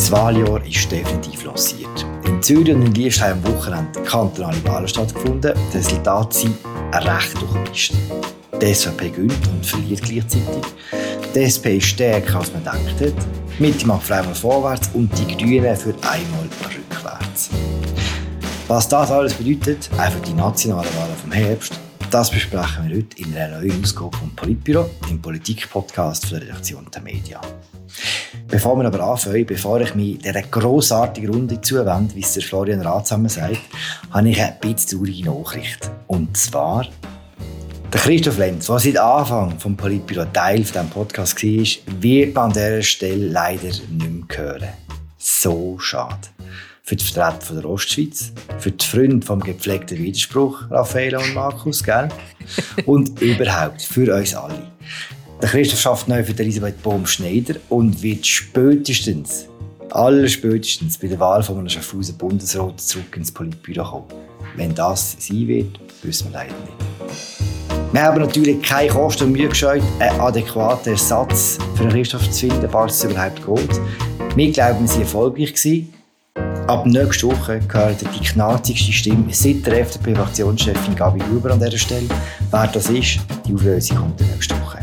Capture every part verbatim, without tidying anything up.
Das Wahljahr ist definitiv lanciert. In Zürich und in Liestal haben am Wochenende kantonale Wahlen stattgefunden. Die Resultate sind recht durchgemischt. Die S V P gewinnt und verliert gleichzeitig. Die S P ist stärker, als man gedacht hat. Die Mitte macht auf einmal vorwärts und die Grünen für einmal rückwärts. Was das alles bedeutet, auch für die nationalen Wahlen vom Herbst, das besprechen wir heute in einer neuen Ausgabe vom Politbüro, im Politik-Podcast der Redaktion der Media. Bevor wir aber anfangen, bevor ich mich dieser grossartigen Runde zuwende, wie es der Florian Ratshammer sagt, habe ich eine bisschen traurige Nachricht. Und zwar, der Christoph Lenz, der seit Anfang des Politbüro Teil von diesem Podcast war, wird man an dieser Stelle leider nicht mehr hören. So schade. Für die Vertreter von der Ostschweiz, für die Freunde vom gepflegten Widerspruch, Raffaella und Markus, gell? Und überhaupt für uns alle. Der Christoph arbeitet neu für Elisabeth Bohm-Schneider und wird spätestens, allerspätestens bei der Wahl von einem Schaffhauser Bundesrat zurück ins Politbüro kommen. Wenn das sein wird, wissen wir leider nicht. Wir haben natürlich keine Kosten und Mühe gescheut, einen adäquaten Ersatz für den Christoph zu finden, falls es überhaupt geht. Wir glauben, wir waren erfolgreich gewesen. Ab nächster Woche gehört die knarzigste Stimme seit der F D P-Fraktionschefin Gabi Huber an dieser Stelle. Wer das ist, die Auflösung kommt nächste Woche.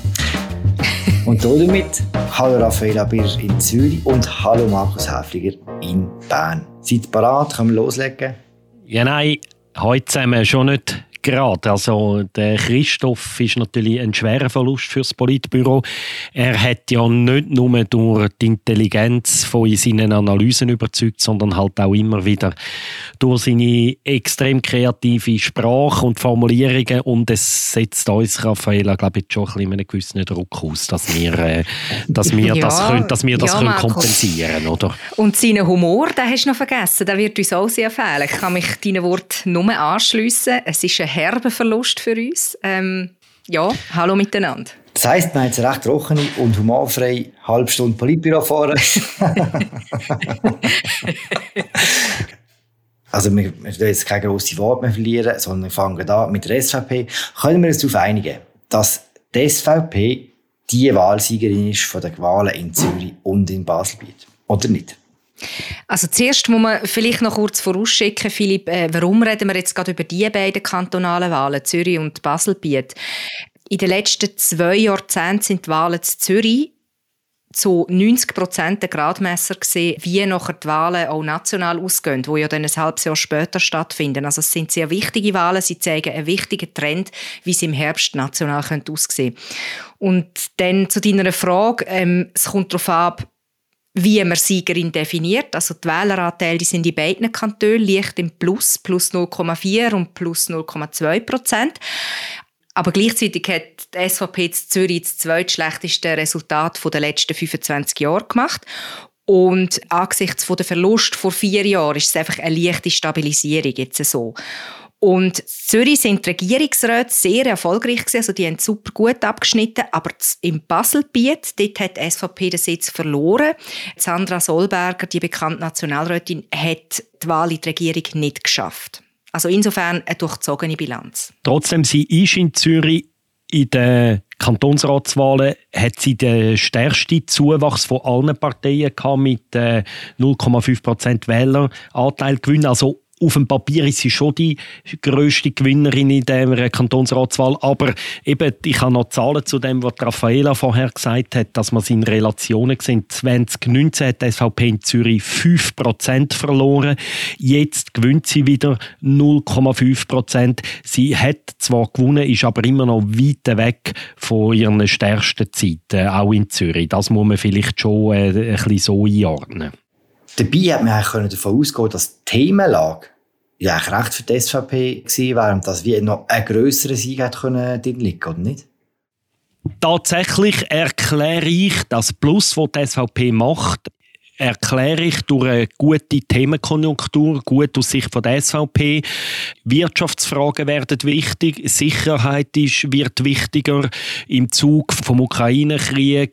Und damit hallo Raffaella Birr in Zürich und hallo Markus Häfliger in Bern. Seid ihr bereit? Können wir loslegen? Ja, nein, heute zusammen schon nicht gerade. Also, der Christoph ist natürlich ein schwerer Verlust für das Politbüro. Er hat ja nicht nur durch die Intelligenz von seinen Analysen überzeugt, sondern halt auch immer wieder durch seine extrem kreative Sprache und Formulierungen. Und es setzt uns, Raffaella, glaube ich, schon ein bisschen einen gewissen Druck aus, dass wir, äh, dass wir ja, das, können, dass wir das ja, können kompensieren können. Und seinen Humor, den hast du noch vergessen. Der wird uns auch sehr fehlen. Ich kann mich deinen Worten nur anschliessen. Es ist ein herber Verlust für uns. Ähm, ja, hallo miteinander. Das heisst, wir haben jetzt eine recht trockene und humorfreie halbe Stunde Politbüro fahren. Also wir, wir wollen jetzt keine grossen Worte mehr verlieren, sondern wir fangen an mit der S V P. Können wir uns darauf einigen, dass die S V P die Wahlsiegerin ist von den Wahlen in Zürich und in Baselbiet? Oder nicht? Also zuerst muss man vielleicht noch kurz vorausschicken, Philipp, äh, warum reden wir jetzt gerade über die beiden kantonalen Wahlen, Zürich und Baselbiet? In den letzten zwei Jahrzehnten sind die Wahlen in Zürich zu neunzig Prozent der Gradmesser gesehen, wie nachher die Wahlen auch national ausgehen, die ja dann ein halbes Jahr später stattfinden. Also es sind sehr wichtige Wahlen, sie zeigen einen wichtigen Trend, wie sie im Herbst national aussehen können. Und dann zu deiner Frage, ähm, es kommt darauf ab, wie man Siegerin definiert. Also die Wähleranteile die sind in beiden Kantonen leicht im Plus, plus null Komma vier und plus null Komma zwei Prozent. Aber gleichzeitig hat die S V P in Zürich das zweitschlechteste Resultat der letzten fünfundzwanzig Jahre gemacht. Und angesichts der Verlust vor vier Jahren ist es einfach eine leichte Stabilisierung jetzt so. Und in Zürich sind die Regierungsräte sehr erfolgreich gewesen, also die haben super gut abgeschnitten, aber im Baselbiet, dort hat die S V P den Sitz verloren. Sandra Solberger, die bekannte Nationalrätin, hat die Wahl in die Regierung nicht geschafft. Also insofern eine durchzogene Bilanz. Trotzdem, sie ist in Zürich in den Kantonsratswahlen hat sie den stärksten Zuwachs von allen Parteien gehabt, mit äh, null Komma fünf Prozent Wähleranteil gewinnen. Also auf dem Papier ist sie schon die grösste Gewinnerin in dieser Kantonsratswahl. Aber eben, ich habe noch Zahlen zu dem, was Raffaella vorher gesagt hat, dass man es in Relationen gesehen. zwanzig neunzehn hat die S V P in Zürich fünf Prozent verloren. Jetzt gewinnt sie wieder null Komma fünf Prozent. Sie hat zwar gewonnen, ist aber immer noch weit weg von ihren stärksten Zeiten, auch in Zürich. Das muss man vielleicht schon äh, ein bisschen so einordnen. Dabei hat man eigentlich davon ausgehen, dass die Themenlage ja eigentlich recht für die S V P gewesen wäre und dass wir noch einen grösseren Sieg hätte drin liegen, oder nicht? Tatsächlich erkläre ich das Plus, das die S V P macht, erkläre ich durch eine gute Themenkonjunktur, gut aus Sicht von der S V P. Wirtschaftsfragen werden wichtig, Sicherheit ist, wird wichtiger im Zug vom Ukraine-Krieg.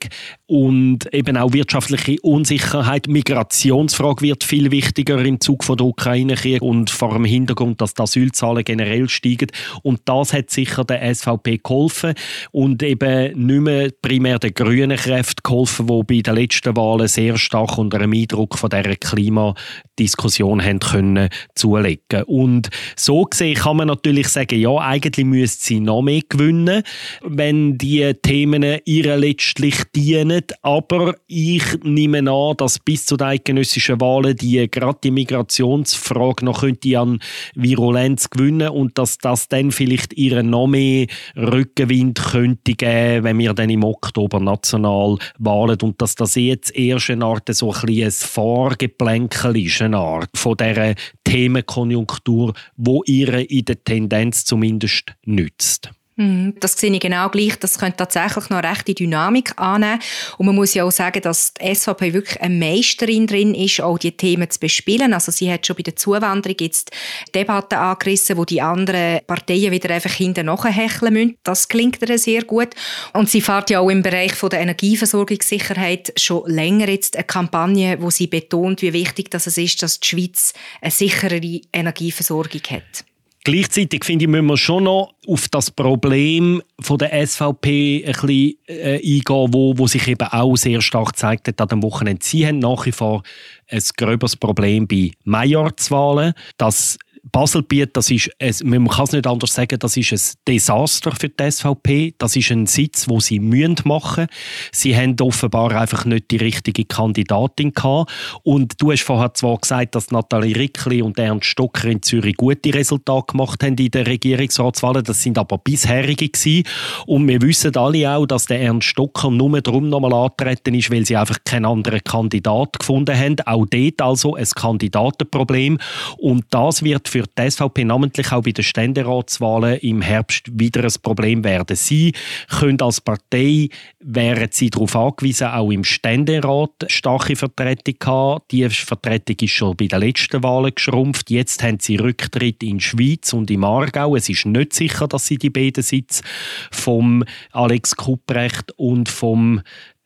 und eben auch wirtschaftliche Unsicherheit. Migrationsfrage wird viel wichtiger im Zug von der Ukraine-Krieg und vor dem Hintergrund, dass die Asylzahlen generell steigen. Und das hat sicher der S V P geholfen und eben nicht mehr primär den grünen Kräften geholfen, die bei den letzten Wahlen sehr stark unter dem Eindruck von dieser Klimadiskussion haben können zulegen. Und so gesehen kann man natürlich sagen, ja, eigentlich müsste sie noch mehr gewinnen, wenn die Themen ihr letztlich dienen. Aber ich nehme an, dass bis zu den eidgenössischen Wahlen die gerade die Migrationsfrage noch könnte an Virulenz gewinnen und dass das dann vielleicht ihr noch mehr Rückenwind könnte geben, wenn wir dann im Oktober national wahlen und dass das jetzt erst eine Art so ein bisschen ein Vorgeplänkel ist, eine Art von dieser Themenkonjunktur, wo ihr in der Tendenz zumindest nützt. Das sehe ich genau gleich. Das könnte tatsächlich noch eine rechte Dynamik annehmen. Und man muss ja auch sagen, dass die S V P wirklich eine Meisterin drin ist, auch die Themen zu bespielen. Also sie hat schon bei der Zuwanderung jetzt Debatten angerissen, wo die anderen Parteien wieder einfach hinten nachhecheln müssen. Das klingt ihr sehr gut. Und sie fährt ja auch im Bereich von der Energieversorgungssicherheit schon länger jetzt eine Kampagne, wo sie betont, wie wichtig das ist, dass die Schweiz eine sicherere Energieversorgung hat. Gleichzeitig finde ich, müssen wir schon noch auf das Problem von der S V P ein bisschen äh, eingehen, wo, wo sich eben auch sehr stark gezeigt hat an dem Wochenende. Sie haben nach wie vor ein gröberes Problem bei Majorzwahlen. Das Baselbiet, das ist, man kann es nicht anders sagen, das ist ein Desaster für die S V P. Das ist ein Sitz, den sie machen müssen. Sie haben offenbar einfach nicht die richtige Kandidatin gehabt. Und du hast vorher zwar gesagt, dass Nathalie Rickli und Ernst Stocker in Zürich gute Resultate gemacht haben in den Regierungsratswahlen. Das sind aber bisherige gewesen. Und wir wissen alle auch, dass der Ernst Stocker nur darum nochmal angetreten ist, weil sie einfach keinen anderen Kandidat gefunden haben. Auch dort also ein Kandidatenproblem. Und das wird für für die S V P namentlich auch bei den Ständeratswahlen im Herbst wieder ein Problem werden. Sie können als Partei, wären sie darauf angewiesen, auch im Ständerat starke Vertretung haben. Die Vertretung ist schon bei den letzten Wahlen geschrumpft. Jetzt haben sie Rücktritt in der Schweiz und im Aargau. Es ist nicht sicher, dass sie die beiden Sitze vom Alex Kupprecht und vom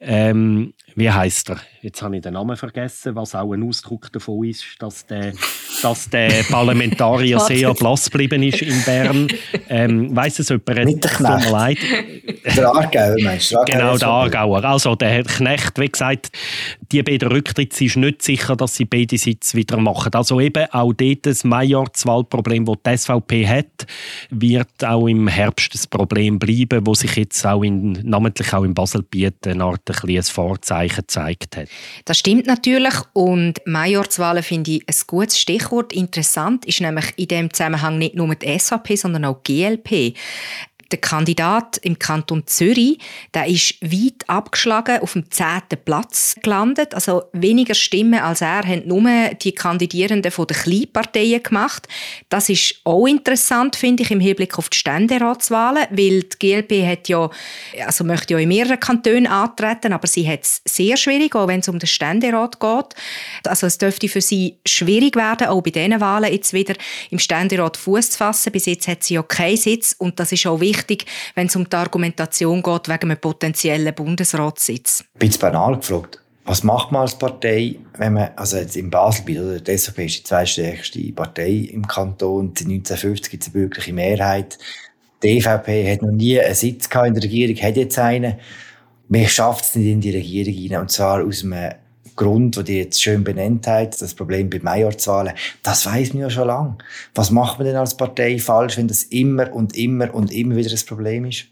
ähm, wie heisst er? Jetzt habe ich den Namen vergessen, was auch ein Ausdruck davon ist, dass der, dass der Parlamentarier sehr blass geblieben ist in Bern. Ähm, weiss es jemand? Mit der Knecht. Tut mir leid. Der Aargauer meinst du? Der genau, der Aargauer. Also der Herr Knecht, wie gesagt, die beiden Rücktritte ist nicht sicher, dass sie beide Sitze wieder machen. Also eben auch dort das Majorzwahlproblem, das die S V P hat, wird auch im Herbst das Problem bleiben, das sich jetzt auch in, namentlich auch in Baselbiet eine Art ein, ein Vorzeichen gezeigt hat. Das stimmt natürlich und Majorzwahlen finde ich ein gutes Stichwort. Interessant ist nämlich in diesem Zusammenhang nicht nur die S V P, sondern auch die G L P. Der Kandidat im Kanton Zürich, der ist weit abgeschlagen auf dem zehnten Platz gelandet. Also weniger Stimmen als er haben nur die Kandidierenden von den Kleinparteien gemacht. Das ist auch interessant, finde ich, im Hinblick auf die Ständeratswahlen, weil die G L P hat ja, also möchte ja in mehreren Kantonen antreten, aber sie hat es sehr schwierig, auch wenn es um den Ständerat geht. Also es dürfte für sie schwierig werden, auch bei diesen Wahlen jetzt wieder im Ständerat Fuß zu fassen. Bis jetzt hat sie ja keinen Sitz und das ist auch wichtig, wenn es um die Argumentation geht wegen einem potenziellen Bundesratssitz. Ich bin jetzt banal gefragt, was macht man als Partei, wenn man, also jetzt in Baselbiet, oder die S V P ist die zweitstärkste Partei im Kanton, seit neunzehnhundertfünfzig gibt es eine bürgerliche Mehrheit. Die E V P hat noch nie einen Sitz gehabt in der Regierung, hat jetzt einen. Man schafft es nicht in die Regierung hinein, und zwar aus einem Grund, den die jetzt schön benannt hat, das Problem bei Majorzwahlen, das weiss man ja schon lange. Was macht man denn als Partei falsch, wenn das immer und immer und immer wieder ein Problem ist?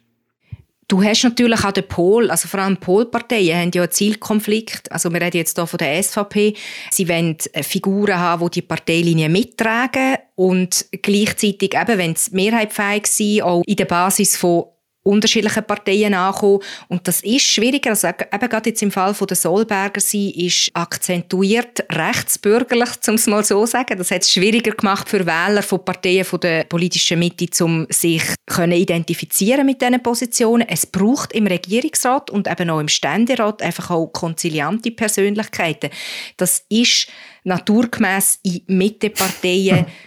Du hast natürlich auch den Pol, also vor allem Polparteien haben ja einen Zielkonflikt. Also wir reden jetzt hier von der S V P. Sie wollen Figuren haben, die die Parteilinie mittragen und gleichzeitig eben, wenn es mehrheitsfähig sind, auch in der Basis von unterschiedlichen Parteien ankommen. Und das ist schwieriger. Also eben gerade jetzt im Fall von der Solberger, sie ist akzentuiert rechtsbürgerlich, um es mal so zu sagen. Das hat es schwieriger gemacht für Wähler von Parteien von der politischen Mitte, um sich können identifizieren mit diesen Positionen. Es braucht im Regierungsrat und eben auch im Ständerat einfach auch konziliante Persönlichkeiten. Das ist naturgemäss in Mitteparteien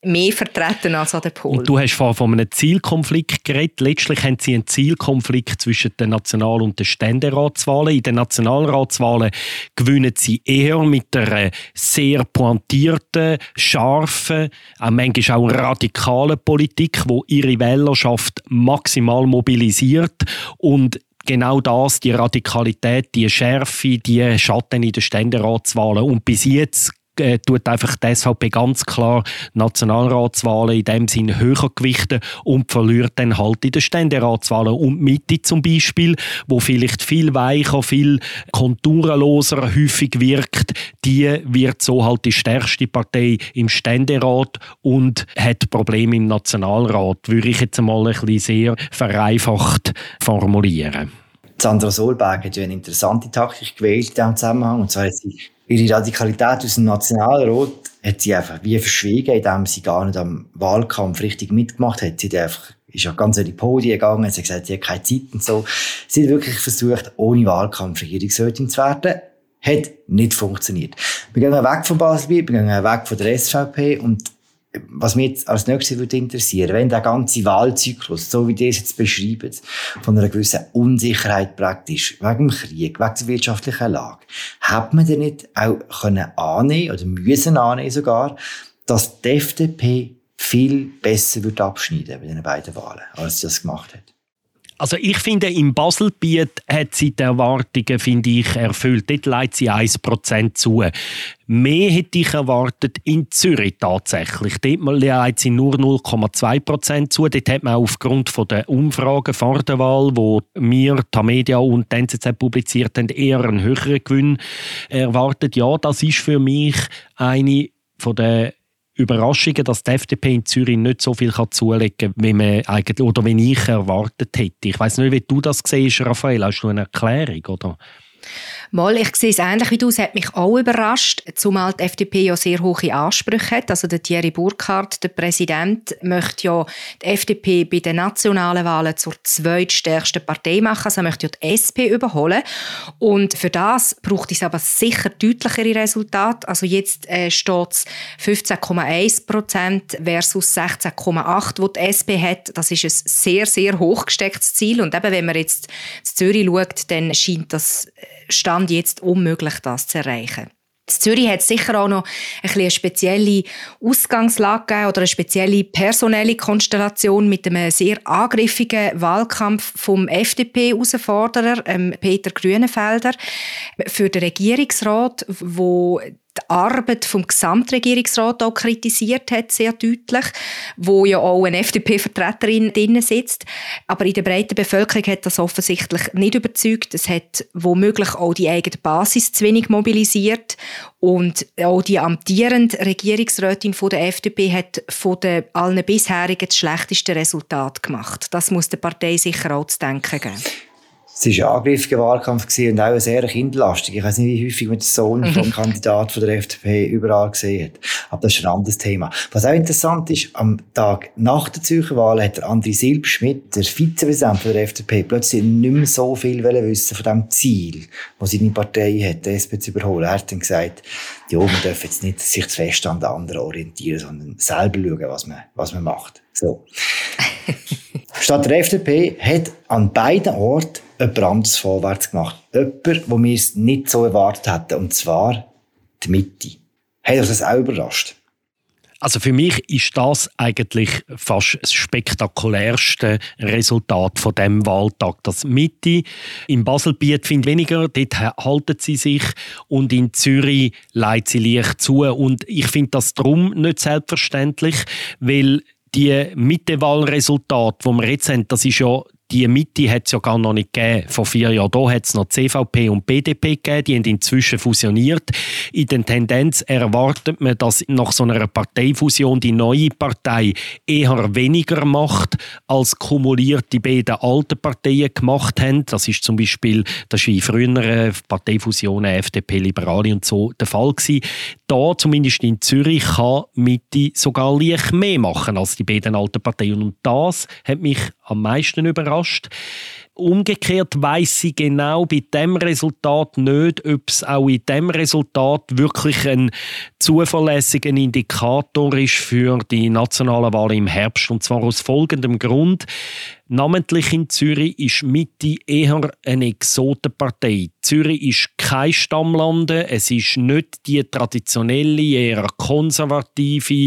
mehr vertreten als an der Pol. Und du hast vorhin von einem Zielkonflikt geredet. Letztlich haben sie einen Zielkonflikt zwischen den National- und den Ständeratswahlen. In den Nationalratswahlen gewinnen sie eher mit einer sehr pointierten, scharfen, auch manchmal auch radikalen Politik, die ihre Wählerschaft maximal mobilisiert. Und genau das, die Radikalität, die Schärfe, die Schatten in den Ständeratswahlen. Und bis jetzt Äh, tut einfach die S V P ganz klar Nationalratswahlen in dem Sinn höher gewichten und verliert dann halt in den Ständeratswahlen. Und die Mitte zum Beispiel, wo vielleicht viel weicher, viel konturenloser häufig wirkt, die wird so halt die stärkste Partei im Ständerat und hat Probleme im Nationalrat, würde ich jetzt mal ein bisschen sehr vereinfacht formulieren. Sandra Solberg hat ja eine interessante Taktik gewählt in diesem Zusammenhang. Und zwar hat sie ihre Radikalität aus dem Nationalrat hat sie einfach wie verschwiegen, indem sie gar nicht am Wahlkampf richtig mitgemacht hat. Sie hat einfach, ist ja ganz an die Podien gegangen, sie hat gesagt, sie hat keine Zeit und so. Sie hat wirklich versucht, ohne Wahlkampf Regierungsrätin zu werden. Hat nicht funktioniert. Wir gehen weg von Baselbiet, wir gehen weg von der S V P und was mich jetzt als nächstes würde interessieren, wenn der ganze Wahlzyklus, so wie ihr es jetzt beschreibt, von einer gewissen Unsicherheit praktisch, wegen dem Krieg, wegen der wirtschaftlichen Lage, hat man denn nicht auch können annehmen oder müssen annehmen sogar, dass die F D P viel besser wird abschneiden bei den beiden Wahlen, als sie das gemacht hat? Also ich finde, im Baselbiet hat sie die Erwartungen, finde ich, erfüllt. Dort leitet sie ein Prozent zu. Mehr hätte ich erwartet in Zürich tatsächlich. Dort leitet sie nur null Komma zwei Prozent zu. Dort hat man aufgrund der Umfragen vor der Wahl, wo wir, Tamedia und die N Z Z publiziert haben, eher einen höheren Gewinn erwartet. Ja, das ist für mich eine von der Überraschungen, dass die F D P in Zürich nicht so viel zulegen kann, wie man eigentlich, oder wie ich erwartet hätte. Ich weiss nicht, wie du das siehst, Raphael. Hast du eine Erklärung, oder? Mal, ich sehe es ähnlich wie du. Es hat mich auch überrascht, zumal die F D P ja sehr hohe Ansprüche hat. Also der Thierry Burkhardt, der Präsident, möchte ja die F D P bei den nationalen Wahlen zur zweitstärksten Partei machen. Also er möchte ja die S P überholen. Und für das braucht es aber sicher deutlichere Resultate. Also jetzt äh, steht es fünfzehn Komma eins Prozent versus sechzehn Komma acht, wo die S P hat. Das ist ein sehr, sehr hoch gestecktes Ziel. Und eben, wenn man jetzt in Zürich schaut, dann scheint das Stand jetzt unmöglich, das zu erreichen. In Zürich hat es sicher auch noch ein eine spezielle Ausgangslage gegeben oder eine spezielle personelle Konstellation mit einem sehr angriffigen Wahlkampf vom F D P-Herausforderer, ähm, Peter Grünenfelder, für den Regierungsrat, wo die Arbeit vom Gesamtregierungsrat auch kritisiert hat, sehr deutlich, wo ja auch eine F D P-Vertreterin drin sitzt. Aber in der breiten Bevölkerung hat das offensichtlich nicht überzeugt. Es hat womöglich auch die eigene Basis zu wenig mobilisiert. Und auch die amtierende Regierungsrätin von der F D P hat von den allen bisherigen das schlechteste Resultat gemacht. Das muss der Partei sicher auch zu denken geben. Es war ein angriffiger Wahlkampf und auch sehr kinderlastig. Ich weiß nicht, wie häufig man den Sohn vom Kandidaten von der F D P überall gesehen hat. Aber das ist ein anderes Thema. Was auch interessant ist, am Tag nach der Zürcher Wahl hat der André Silbschmidt, der Vizepräsident von der F D P, plötzlich nicht mehr so viel wissen von dem Ziel, das seine Partei hat, die S P zu überholen. Er hat dann gesagt, ja, man darf jetzt nicht sich zu fest an den anderen orientieren, sondern selber schauen, was man, was man macht. So. Statt der F D P hat an beiden Orten jemand anderes vorwärts gemacht. Jemand, wo wir es nicht so erwartet hätten. Und zwar die Mitte. Hat euch das auch überrascht? Also für mich ist das eigentlich fast das spektakulärste Resultat von dem Wahltag. Das Mitte im Baselbiet findet weniger, dort halten sie sich und in Zürich leitet sie leicht zu. Und ich finde das darum nicht selbstverständlich, weil die Mitte-Wahlresultate, die wir jetzt haben, das ist ja, die Mitte hat es ja gar noch nicht gegeben. Vor vier Jahren da hat es noch C V P und B D P gegeben, die haben inzwischen fusioniert. In der Tendenz erwartet man, dass nach so einer Parteifusion die neue Partei eher weniger macht, als kumuliert die beiden alten Parteien gemacht haben. Das ist zum Beispiel, das ist wie in früheren Parteifusionen F D P, Liberale und so der Fall gewesen. Da, zumindest in Zürich, kann Mitte sogar leicht mehr machen als die beiden alten Parteien. Und das hat mich am meisten überrascht. Umgekehrt weiss sie genau bei diesem Resultat nicht, ob es auch in diesem Resultat wirklich ein zuverlässiger Indikator ist für die nationalen Wahlen im Herbst. Und zwar aus folgendem Grund. Namentlich in Zürich ist Mitte eher eine Exotenpartei. Zürich ist kein Stammlande, es ist nicht die traditionelle, eher konservative,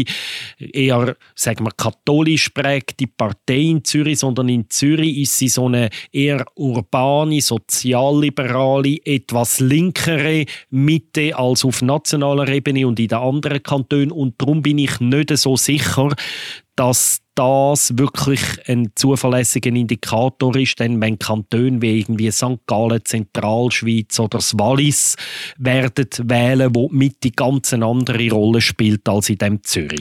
eher sagen wir, katholisch prägte Partei in Zürich, sondern in Zürich ist sie so eine eher urbane, sozialliberale, etwas linkere Mitte als auf nationaler Ebene und in den anderen Kantonen. Und darum bin ich nicht so sicher, dass das wirklich ein zuverlässiger Indikator ist, denn wenn Kantone wie irgendwie Sankt Gallen, Zentralschweiz oder das Wallis werden wählen, wo die Mitte ganz eine andere Rolle spielt als in dem Zürich.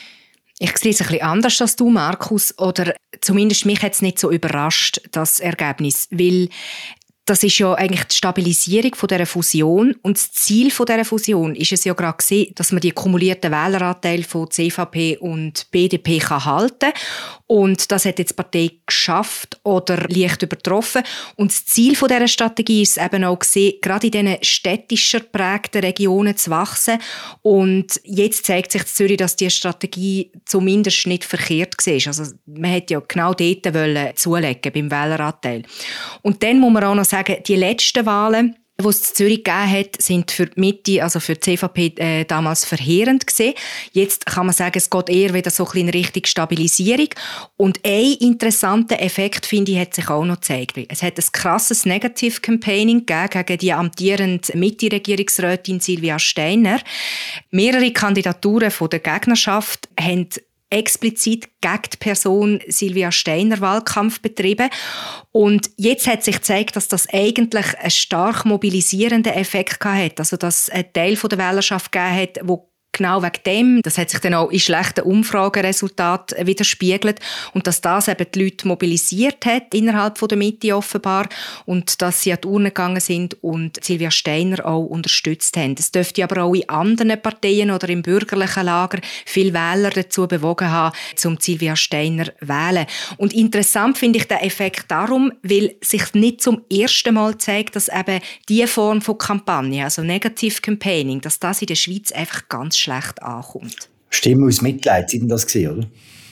Ich sehe es ein bisschen anders als du, Markus, oder zumindest mich hat es nicht so überrascht, das Ergebnis, weil das ist ja eigentlich die Stabilisierung von dieser Fusion. Und das Ziel von dieser Fusion ist es ja gerade gewesen, dass man die kumulierten Wähleranteile von C V P und B D P kann halten kann. Und das hat jetzt die Partei geschafft oder leicht übertroffen. Und das Ziel von dieser Strategie ist es eben auch gewesen, gerade in diesen städtischer geprägten Regionen zu wachsen. Und jetzt zeigt sich in Zürich, dass diese Strategie zumindest nicht verkehrt war. Also man hätte ja genau dort wollen zulegen beim Wähleranteil. Und dann muss man auch noch sagen, die letzten Wahlen, die es in Zürich gegeben hat, sind für die Mitte, also für die C V P äh, damals verheerend gewesen. Jetzt kann man sagen, es geht eher wieder so ein bisschen in Richtung Stabilisierung. Und ein interessanter Effekt, finde ich, hat sich auch noch gezeigt. Es hat ein krasses Negative Campaigning gegeben gegen die amtierende Mitte-Regierungsrätin Silvia Steiner. Mehrere Kandidaturen von der Gegnerschaft haben explizit gegen die Person Silvia Steiner Wahlkampf betrieben. Und jetzt hat sich gezeigt, dass das eigentlich einen stark mobilisierenden Effekt hatte. Also, dass ein Teil der Wählerschaft gegeben hat, wo genau wegen dem, das hat sich dann auch in schlechten Umfrageresultaten widerspiegelt und dass das eben die Leute mobilisiert hat innerhalb der Mitte offenbar und dass sie an die Urne gegangen sind und Silvia Steiner auch unterstützt haben. Es dürfte aber auch in anderen Parteien oder im bürgerlichen Lager viele Wähler dazu bewogen haben, um Silvia Steiner zu wählen. Und interessant finde ich den Effekt darum, weil sich nicht zum ersten Mal zeigt, dass eben diese Form von Kampagne, also Negative Campaigning, dass das in der Schweiz einfach ganz schlecht ankommt. Stimme aus Mitleid, sind das gesehen, oder?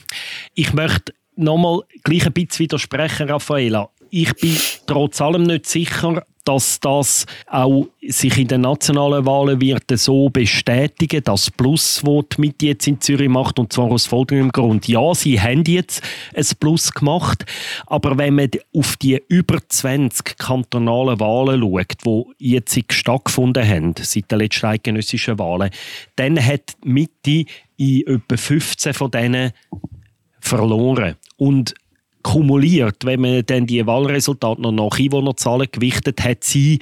Ich möchte nochmal gleich ein bisschen widersprechen, Raffaela. Ich bin trotz allem nicht sicher, dass das auch sich in den nationalen Wahlen wird so bestätigen, das Plus, das die Mitte jetzt in Zürich macht, und zwar aus folgendem Grund. Ja, sie haben jetzt ein Plus gemacht, aber wenn man auf die über zwanzig kantonalen Wahlen schaut, die jetzt stattgefunden haben, seit den letzten eidgenössischen Wahlen, dann hat die Mitte in etwa fünfzehn von denen verloren. Und kumuliert, wenn man dann die Wahlresultate noch nach Einwohnerzahlen gewichtet, hat sie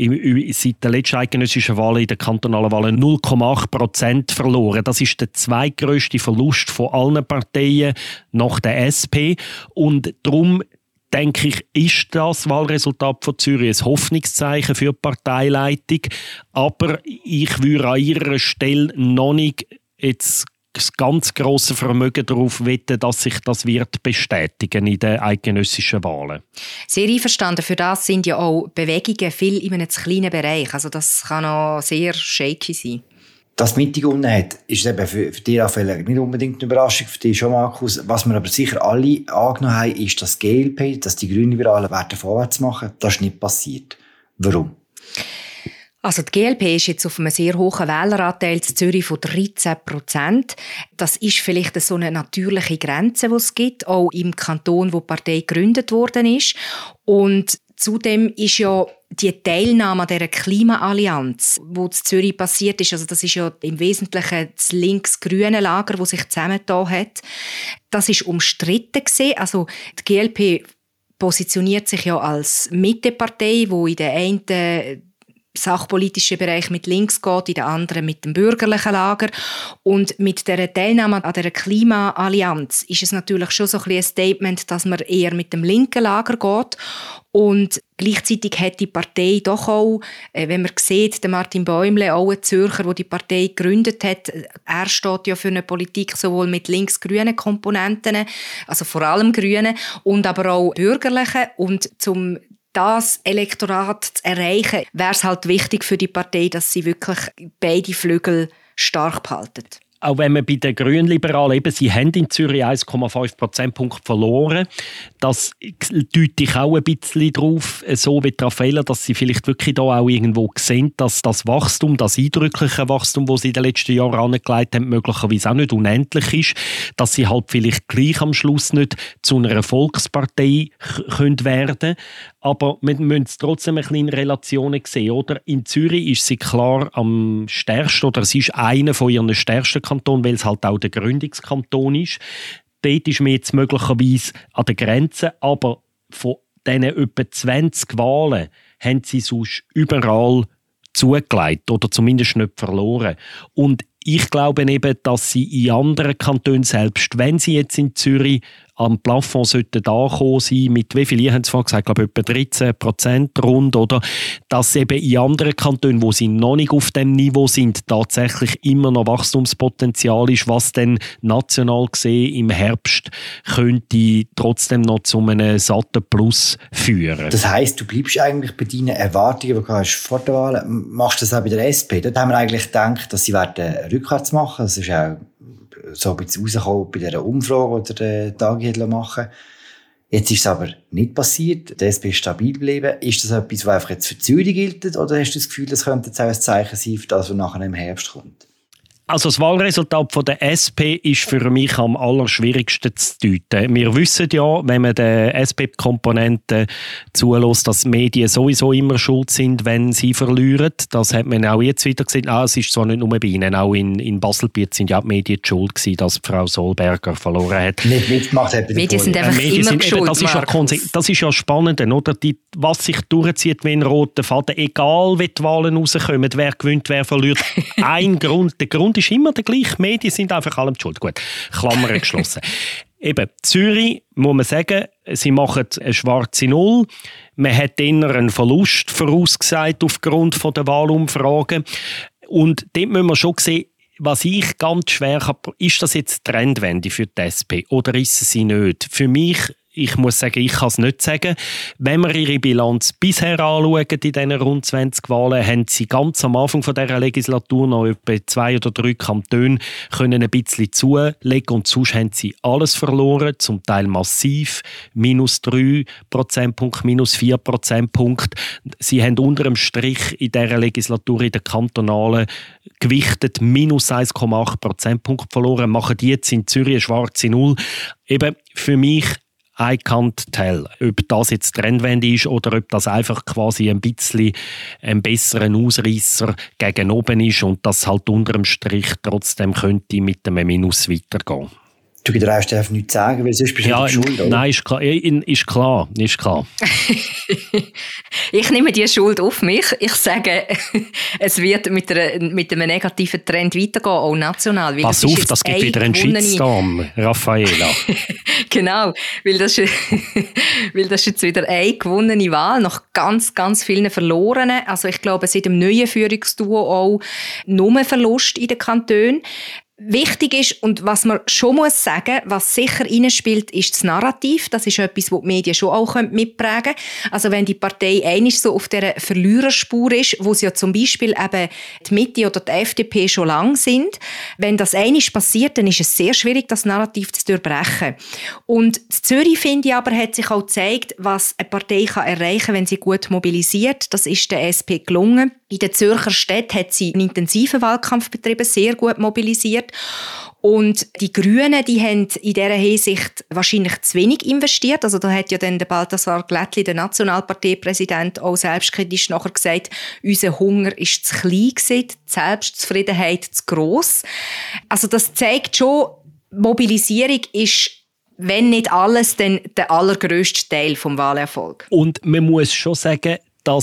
seit den letzten eidgenössischen Wahlen in den kantonalen Wahlen null Komma acht Prozent verloren. Das ist der zweitgrösste Verlust von allen Parteien nach der S P. Und darum denke ich, ist das Wahlresultat von Zürich ein Hoffnungszeichen für die Parteileitung. Aber ich würde an ihrer Stelle noch nicht jetzt das ganz grosse Vermögen darauf wetten, dass sich das wird bestätigen in den eidgenössischen Wahlen. Sehr einverstanden. Für das sind ja auch Bewegungen viel in einem kleinen Bereich. Also das kann auch sehr shaky sein. Dass die Mitte gewonnen hat, ist eben für, für dich Raphael, nicht unbedingt eine Überraschung, für dich schon, Markus. Was wir aber sicher alle angenommen haben, ist, dass G L P, dass die Grünliberalen werden vorwärts machen. Das ist nicht passiert. Warum? Also die G L P ist jetzt auf einem sehr hohen Wähleranteil in Zürich von dreizehn Prozent. Das ist vielleicht so eine natürliche Grenze, die es gibt, auch im Kanton, wo die Partei gegründet worden ist. Und zudem ist ja die Teilnahme an dieser Klimaallianz, die in Zürich passiert ist, also das ist ja im Wesentlichen das links-grüne Lager, das sich zusammengetan hat, das ist umstritten gewesen. Also die G L P positioniert sich ja als Mittepartei, wo in der einen sachpolitischen Bereich mit links geht, in den anderen mit dem bürgerlichen Lager. Und mit der Teilnahme an der Klimaallianz ist es natürlich schon so ein, ein Statement, dass man eher mit dem linken Lager geht. Und gleichzeitig hat die Partei doch auch, wenn man sieht, der Martin Bäumle, auch ein Zürcher, der die Partei gegründet hat, er steht ja für eine Politik sowohl mit links-grünen Komponenten, also vor allem Grünen, und aber auch bürgerlichen. Und zum das Elektorat zu erreichen, wäre es halt wichtig für die Partei, dass sie wirklich beide Flügel stark behalten. Auch wenn wir bei den Grünliberalen eben, sie haben in Zürich eins Komma fünf Prozentpunkte verloren, das deutet ich auch ein bisschen darauf, so wie Raffaella, dass sie vielleicht wirklich da auch irgendwo sehen, dass das Wachstum, das eindrückliche Wachstum, das sie in den letzten Jahren angelegt haben, möglicherweise auch nicht unendlich ist, dass sie halt vielleicht gleich am Schluss nicht zu einer Volkspartei können werden. Aber wir müssen es trotzdem ein bisschen in Relationen sehen, oder? In Zürich ist sie klar am stärksten, oder sie ist einer von ihren stärksten Kantonen, weil es halt auch der Gründungskanton ist. Dort ist man jetzt möglicherweise an der Grenze, aber von diesen etwa zwanzig Wahlen haben sie sonst überall zugelegt oder zumindest nicht verloren. Und ich glaube eben, dass sie in anderen Kantonen, selbst wenn sie jetzt in Zürich am Plafond sollten ankommen sein, mit wie viel, ihr habt es vorhin gesagt, glaube ich, etwa dreizehn Prozent rund, oder? Dass eben in anderen Kantonen, wo sie noch nicht auf dem Niveau sind, tatsächlich immer noch Wachstumspotenzial ist, was dann national gesehen im Herbst könnte trotzdem noch zu einem satten Plus führen. Das heisst, du bleibst eigentlich bei deinen Erwartungen, die du hast vor der Wahl, machst du das auch bei der S P? Dort haben wir eigentlich gedacht, dass sie werden rückwärts machen. Das ist auch so ein bisschen rausgekommen bei dieser Umfrage, die der Tagi machen. Jetzt ist es aber nicht passiert. Die S P ist stabil geblieben. Ist das etwas, was einfach jetzt für Zürich gilt? Oder hast du das Gefühl, das könnte jetzt auch ein Zeichen sein, für das, was nachher im Herbst kommt? Also das Wahlresultat von der S P ist für mich am allerschwierigsten zu deuten. Wir wissen ja, wenn man den S P-Komponenten zulässt, dass Medien sowieso immer schuld sind, wenn sie verlieren. Das hat man auch jetzt wieder gesehen. Ah, es ist zwar nicht nur bei Ihnen, auch in, in Baselbiet sind ja die Medien die schuld gewesen, dass Frau Solberger verloren hat. Nicht mitgemacht hat. Medien sind einfach Medien immer sind, schuld, eben, das, ist ja das ist ja spannend, oder? Die, was sich durchzieht wie ein roter Faden, egal wie die Wahlen rauskommen, wer gewinnt, wer verliert. Ein Grund, der Grund ist immer der gleiche. Medien sind einfach allem schuld. Gut, Klammern geschlossen. Eben, Zürich, muss man sagen, sie machen eine schwarze Null. Man hat eher einen Verlust vorausgesagt aufgrund der Wahlumfragen. Und dort müssen wir schon sehen, was ich ganz schwer habe, ist das jetzt Trendwende für die S P oder ist es sie nicht? Für mich, ich muss sagen, ich kann es nicht sagen. Wenn wir ihre Bilanz bisher anschauen, in diesen rund zwanzig Wahlen, haben sie ganz am Anfang von dieser Legislatur noch etwa zwei oder drei Kantone können ein bisschen zulegen und sonst haben sie alles verloren, zum Teil massiv, minus drei Prozentpunkte, minus vier Prozentpunkte. Sie haben unter dem Strich in dieser Legislatur in der kantonalen gewichtet minus eins Komma acht Prozentpunkte verloren, machen die jetzt in Zürich eine schwarze Null. Eben für mich I can't tell, ob das jetzt Trendwende ist oder ob das einfach quasi ein bisschen ein besseren Ausreisser gegen oben ist und das halt unter dem Strich trotzdem könnte mit einem Minus weitergehen. Du darfst einfach nichts sagen, weil sonst bist du ja, nicht schuld, oder? Nein, ist klar. Ist klar, ist klar. Ich nehme die Schuld auf mich. Ich sage, es wird mit, einer, mit einem negativen Trend weitergehen, auch national. Weil Pass das auf, das gibt wieder einen Shitstorm, Raffaella. Genau, weil das, weil das ist jetzt wieder eine gewonnene Wahl, nach ganz, ganz vielen verlorenen. Also ich glaube, seit dem neuen Führungsduo auch nur Verlust in den Kantonen. Wichtig ist, und was man schon muss sagen, was sicher reinspielt, ist das Narrativ. Das ist etwas, was die Medien schon auch mitprägen können. Also wenn die Partei einmal so auf dieser Verliererspur ist, wo sie ja zum Beispiel eben die Mitte oder die F D P schon lang sind, wenn das einmal passiert, dann ist es sehr schwierig, das Narrativ zu durchbrechen. Und in Zürich, finde ich aber, hat sich auch gezeigt, was eine Partei kann erreichen kann, wenn sie gut mobilisiert. Das ist der S P gelungen. In den Zürcher Städten hat sie einen intensiven Wahlkampf betrieben, sehr gut mobilisiert. Und die Grünen, die haben in dieser Hinsicht wahrscheinlich zu wenig investiert. Also da hat ja dann der Balthasar Glättli, der Nationalparteipräsident, auch selbstkritisch nachher gesagt, unser Hunger ist zu klein gewesen, die Selbstzufriedenheit zu gross. Also das zeigt schon, Mobilisierung ist, wenn nicht alles, dann der allergrösste Teil vom Wahlerfolg. Und man muss schon sagen, dass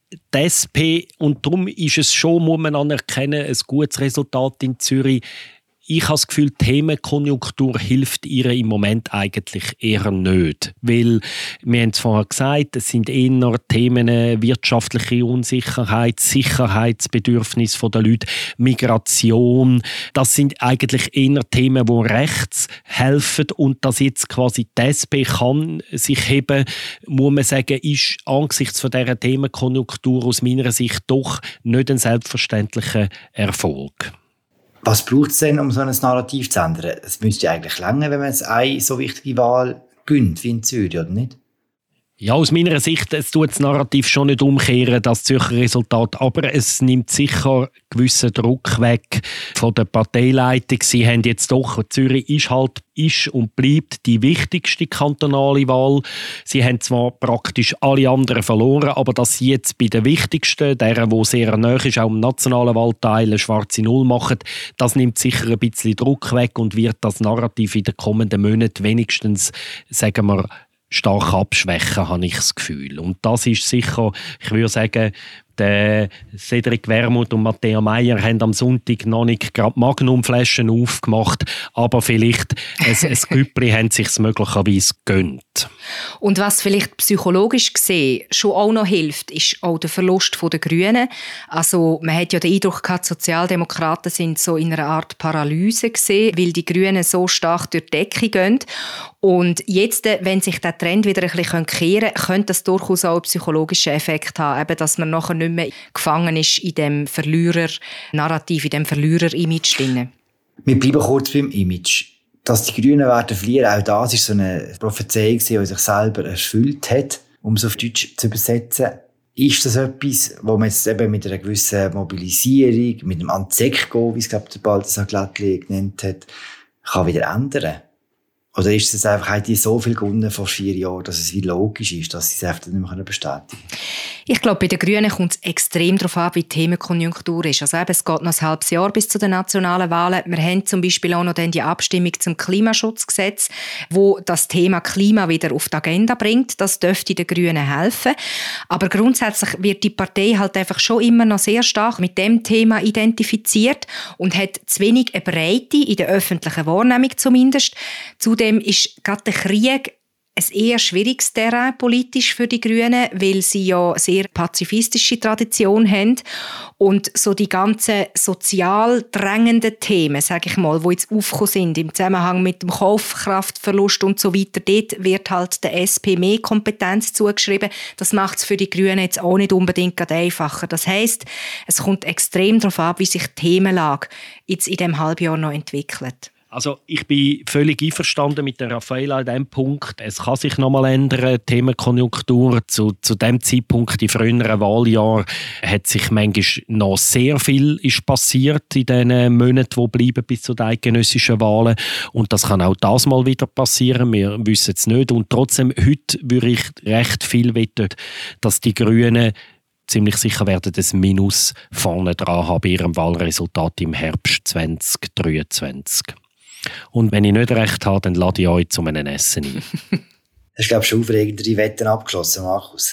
die S P, und darum ist es schon, muss man anerkennen, ein gutes Resultat in Zürich. Ich habe das Gefühl, die Themenkonjunktur hilft ihr im Moment eigentlich eher nicht. Weil, wir haben es vorher gesagt, es sind eher Themen wirtschaftliche Unsicherheit, Sicherheitsbedürfnis der Leute, Migration. Das sind eigentlich eher Themen, die rechts helfen. Und dass jetzt quasi die S P kann sich heben, muss man sagen, ist angesichts von dieser Themenkonjunktur aus meiner Sicht doch nicht ein selbstverständlicher Erfolg. Was braucht es denn, um so ein Narrativ zu ändern? Es müsste ja eigentlich länger, wenn man jetzt eine so wichtige Wahl gönnt wie in Zürich, oder nicht? Ja, aus meiner Sicht, es tut das Narrativ schon nicht umkehren, das Zürcher Resultat, aber es nimmt sicher gewissen Druck weg von der Parteileitung. Sie haben jetzt doch, Zürich ist halt ist und bleibt die wichtigste kantonale Wahl. Sie haben zwar praktisch alle anderen verloren, aber dass sie jetzt bei den wichtigsten, deren, die sehr nahe ist, auch im nationalen Wahlteil, eine schwarze Null machen, das nimmt sicher ein bisschen Druck weg und wird das Narrativ in den kommenden Monaten wenigstens, sagen wir, stark abschwächen, habe ich das Gefühl. Und das ist sicher, ich würde sagen, der Cedric Wermuth und Matthäa Meier haben am Sonntag noch nicht gerade Magnumflaschen aufgemacht, aber vielleicht ein, ein Güppli haben sich es möglicherweise gegönnt. Und was vielleicht psychologisch gesehen schon auch noch hilft, ist auch der Verlust der Grünen. Also man hat ja den Eindruck gehabt, die Sozialdemokraten sind so in einer Art Paralyse gesehen, weil die Grünen so stark durch die Decke gehen. Und jetzt, wenn sich der Trend wieder ein bisschen kehren könnte, könnte das durchaus auch einen psychologischen Effekt haben, eben, dass man nachher nicht mehr gefangen ist in dem Verlierer-Narrativ, in dem Verlierer-Image drin. Wir bleiben kurz beim Image. Dass die Grünen werden verlieren, auch das war so eine Prophezeiung, die sich selber erfüllt hat, um es auf Deutsch zu übersetzen. Ist das etwas, wo man jetzt eben mit einer gewissen Mobilisierung, mit einem Anzekgo, wie es glaube der Balthasar Glättli genannt hat, kann wieder ändern? Oder ist es einfach, haben die so viel gewonnen vor vier Jahren, dass es wie logisch ist, dass sie es einfach nicht mehr bestätigen können? Ich glaube, bei den Grünen kommt es extrem darauf an, wie die Themenkonjunktur ist. Also eben, es geht noch ein halbes Jahr bis zu den nationalen Wahlen. Wir haben zum Beispiel auch noch dann die Abstimmung zum Klimaschutzgesetz, wo das Thema Klima wieder auf die Agenda bringt. Das dürfte den Grünen helfen. Aber grundsätzlich wird die Partei halt einfach schon immer noch sehr stark mit dem Thema identifiziert und hat zu wenig eine Breite, in der öffentlichen Wahrnehmung zumindest. Zudem ist gerade der Krieg ein eher schwieriges Terrain politisch für die Grünen, weil sie ja sehr pazifistische Tradition haben und so die ganzen sozial drängenden Themen, sage ich mal, die jetzt aufgekommen sind im Zusammenhang mit dem Kaufkraftverlust und so weiter, dort wird halt der S P mehr Kompetenz zugeschrieben. Das macht es für die Grünen jetzt auch nicht unbedingt einfacher. Das heisst, es kommt extrem darauf an, wie sich die Themenlage jetzt in diesem Halbjahr noch entwickelt. Also ich bin völlig einverstanden mit der Raffaella an diesem Punkt. Es kann sich noch mal ändern, die Themenkonjunktur. Zu, zu dem Zeitpunkt, in früheren Wahljahren, hat sich manchmal noch sehr viel ist passiert in den Monaten, die bleiben bis zu den eidgenössischen Wahlen. Und das kann auch das mal wieder passieren. Wir wissen es nicht. Und trotzdem, heute würde ich recht viel wetten, dass die Grünen ziemlich sicher werden das Minus vorne dran haben bei ihrem Wahlresultat im Herbst zwanzig dreiundzwanzig. Und wenn ich nicht recht habe, dann lade ich euch zu einem Essen ein. Das ist, glaube ich, schon aufregendere Wetten abgeschlossen, Markus.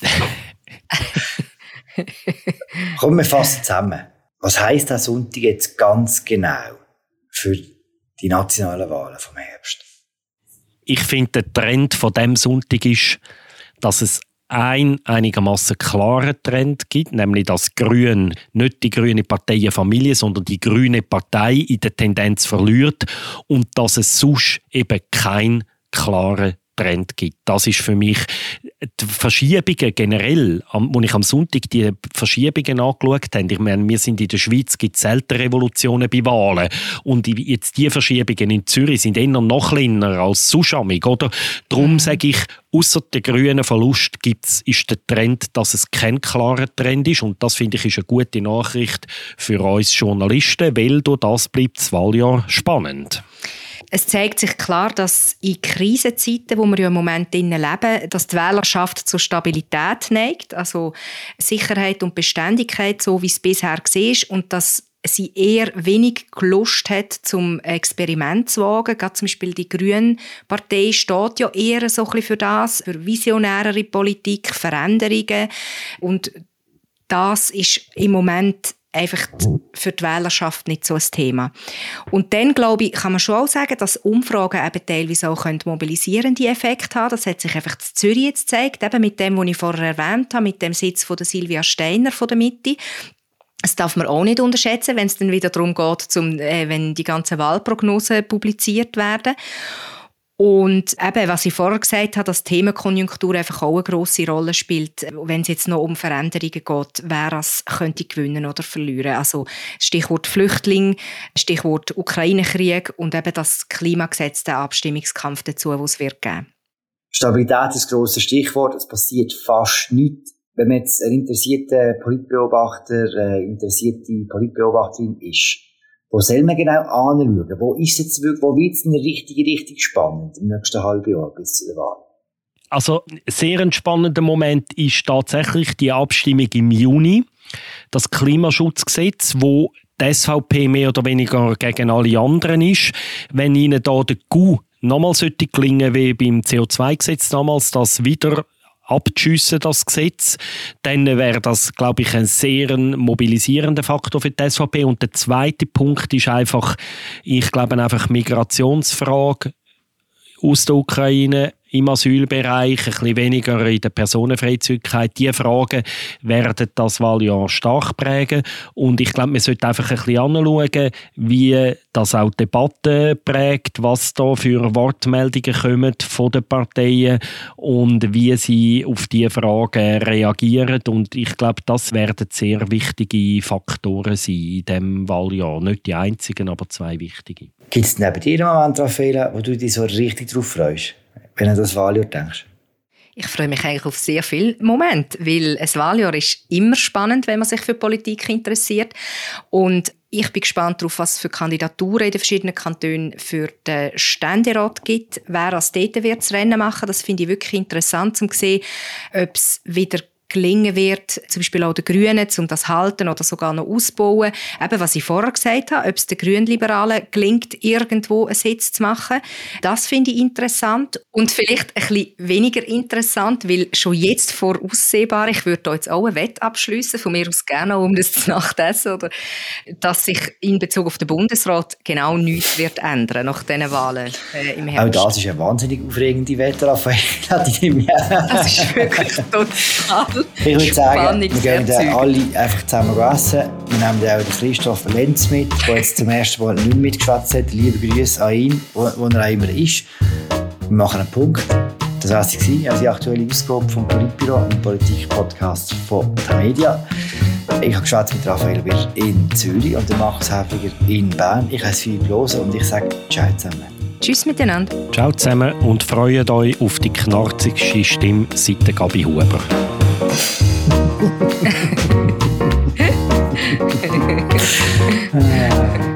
Kommen wir fast zusammen. Was heisst der Sonntag jetzt ganz genau für die nationalen Wahlen vom Herbst? Ich finde, der Trend von diesem Sonntag ist, dass es ein einigermaßen klaren Trend gibt, nämlich dass Grün nicht die grüne Parteienfamilie, sondern die grüne Partei in der Tendenz verliert und dass es sonst eben keinen klaren Trend gibt. Das ist für mich die Verschiebungen generell, als ich am Sonntag die Verschiebungen angeschaut habe. Ich meine, wir sind in der Schweiz, gibt es selten Revolutionen bei Wahlen. Und jetzt die Verschiebungen in Zürich sind eher noch kleiner als Zuschamig, oder? Darum mhm. sage ich, ausser der grünen Verlust gibt's, ist der Trend, dass es kein klarer Trend ist. Und das, finde ich, ist eine gute Nachricht für uns Journalisten, weil durch das bleibt das Wahljahr spannend. Es zeigt sich klar, dass in Krisenzeiten, wo wir ja im Moment leben, dass die Wählerschaft zur Stabilität neigt, also Sicherheit und Beständigkeit, so wie es bisher war, und dass sie eher wenig Lust hat, zum Experiment zu wagen. Gerade zum Beispiel die Grüne Partei steht ja eher so ein bisschen für das, für visionärere Politik, Veränderungen. Und das ist im Moment einfach für die Wählerschaft nicht so ein Thema. Und dann, glaube ich, kann man schon auch sagen, dass Umfragen eben teilweise auch mobilisierende Effekte haben. Das hat sich einfach in Zürich jetzt gezeigt, eben mit dem, was ich vorher erwähnt habe, mit dem Sitz von der Silvia Steiner von der Mitte. Das darf man auch nicht unterschätzen, wenn es dann wieder darum geht, zum, äh, wenn die ganzen Wahlprognosen publiziert werden. Und eben, was ich vorher gesagt habe, dass die Themenkonjunktur einfach auch eine grosse Rolle spielt, wenn es jetzt noch um Veränderungen geht, wer es könnte gewinnen oder verlieren. Also Stichwort Flüchtling, Stichwort Ukraine-Krieg und eben das Klimagesetz, der Abstimmungskampf dazu, den es wird geben. Stabilität ist ein grosses Stichwort. Es passiert fast nichts. Wenn man jetzt ein interessierter Politbeobachter, eine interessierte Politbeobachterin ist, wo soll man genau anschauen? Wo ist jetzt wirklich, wo wird es denn richtig, richtig spannend im nächsten halben Jahr bis zu der Wahl? Also, sehr ein spannender Moment ist tatsächlich die Abstimmung im Juni. Das Klimaschutzgesetz, wo die S V P mehr oder weniger gegen alle anderen ist. Wenn ihnen da der Coup nochmal sollte gelingen, wie beim C O zwei Gesetz damals, das wieder abzuschiessen, das Gesetz, dann wäre das, glaube ich, ein sehr mobilisierender Faktor für die S V P. Und der zweite Punkt ist einfach, ich glaube einfach Migrationsfrage aus der Ukraine im Asylbereich, ein bisschen weniger in der Personenfreizügigkeit. Diese Fragen werden das Wahljahr stark prägen. Und ich glaube, man sollte einfach ein bisschen anschauen, wie das auch die Debatte prägt, was da für Wortmeldungen kommen von den Parteien und wie sie auf diese Fragen reagieren. Und ich glaube, das werden sehr wichtige Faktoren sein in diesem Wahljahr. Nicht die einzigen, aber zwei wichtige. Gibt es neben dir einen Moment, Raffaella, wo du dich so richtig drauf freust, wenn du an das Wahljahr denkst? Ich freue mich eigentlich auf sehr viele Momente, weil ein Wahljahr ist immer spannend, wenn man sich für Politik interessiert. Und ich bin gespannt darauf, was es für Kandidaturen in den verschiedenen Kantonen für den Ständerat gibt. Wer als dort wird das Rennen machen, das finde ich wirklich interessant, um zu sehen, ob es wieder gelingen wird, zum Beispiel auch den Grünen, um das halten oder sogar noch ausbauen. Eben, was ich vorher gesagt habe, ob es den Grünliberalen gelingt, irgendwo einen Sitz zu machen, das finde ich interessant. Und vielleicht ein bisschen weniger interessant, weil schon jetzt voraussehbar, ich würde da jetzt auch eine Wette abschliessen, von mir aus gerne auch um das Nachtessen, oder, dass sich in Bezug auf den Bundesrat genau nichts wird ändern nach diesen Wahlen äh, im Herbst. Auch das ist eine wahnsinnig aufregende Wette, Raphael. Das ist wirklich total Ich würde sagen, wir gehen dann alle einfach zusammen essen. Wir nehmen dann auch den Christoph Lenz mit, der jetzt zum ersten Mal nicht mitgeschwätzt hat. Liebe Grüße an ihn, wo, wo er auch immer ist. Wir machen einen Punkt. Das war es, also die aktuelle Ausgabe vom Politbüro, einem Politik-Podcast von Tamedia. Ich habe geschwätzt mit Raphael Wirr in Zürich und Markus Häfiger in Bern. Ich heiße Philipp Lohse und ich sage Ciao zusammen. Tschüss miteinander. Ciao zusammen und freut euch auf die knarzigste Stimme seit der Gabi Huber. Ah.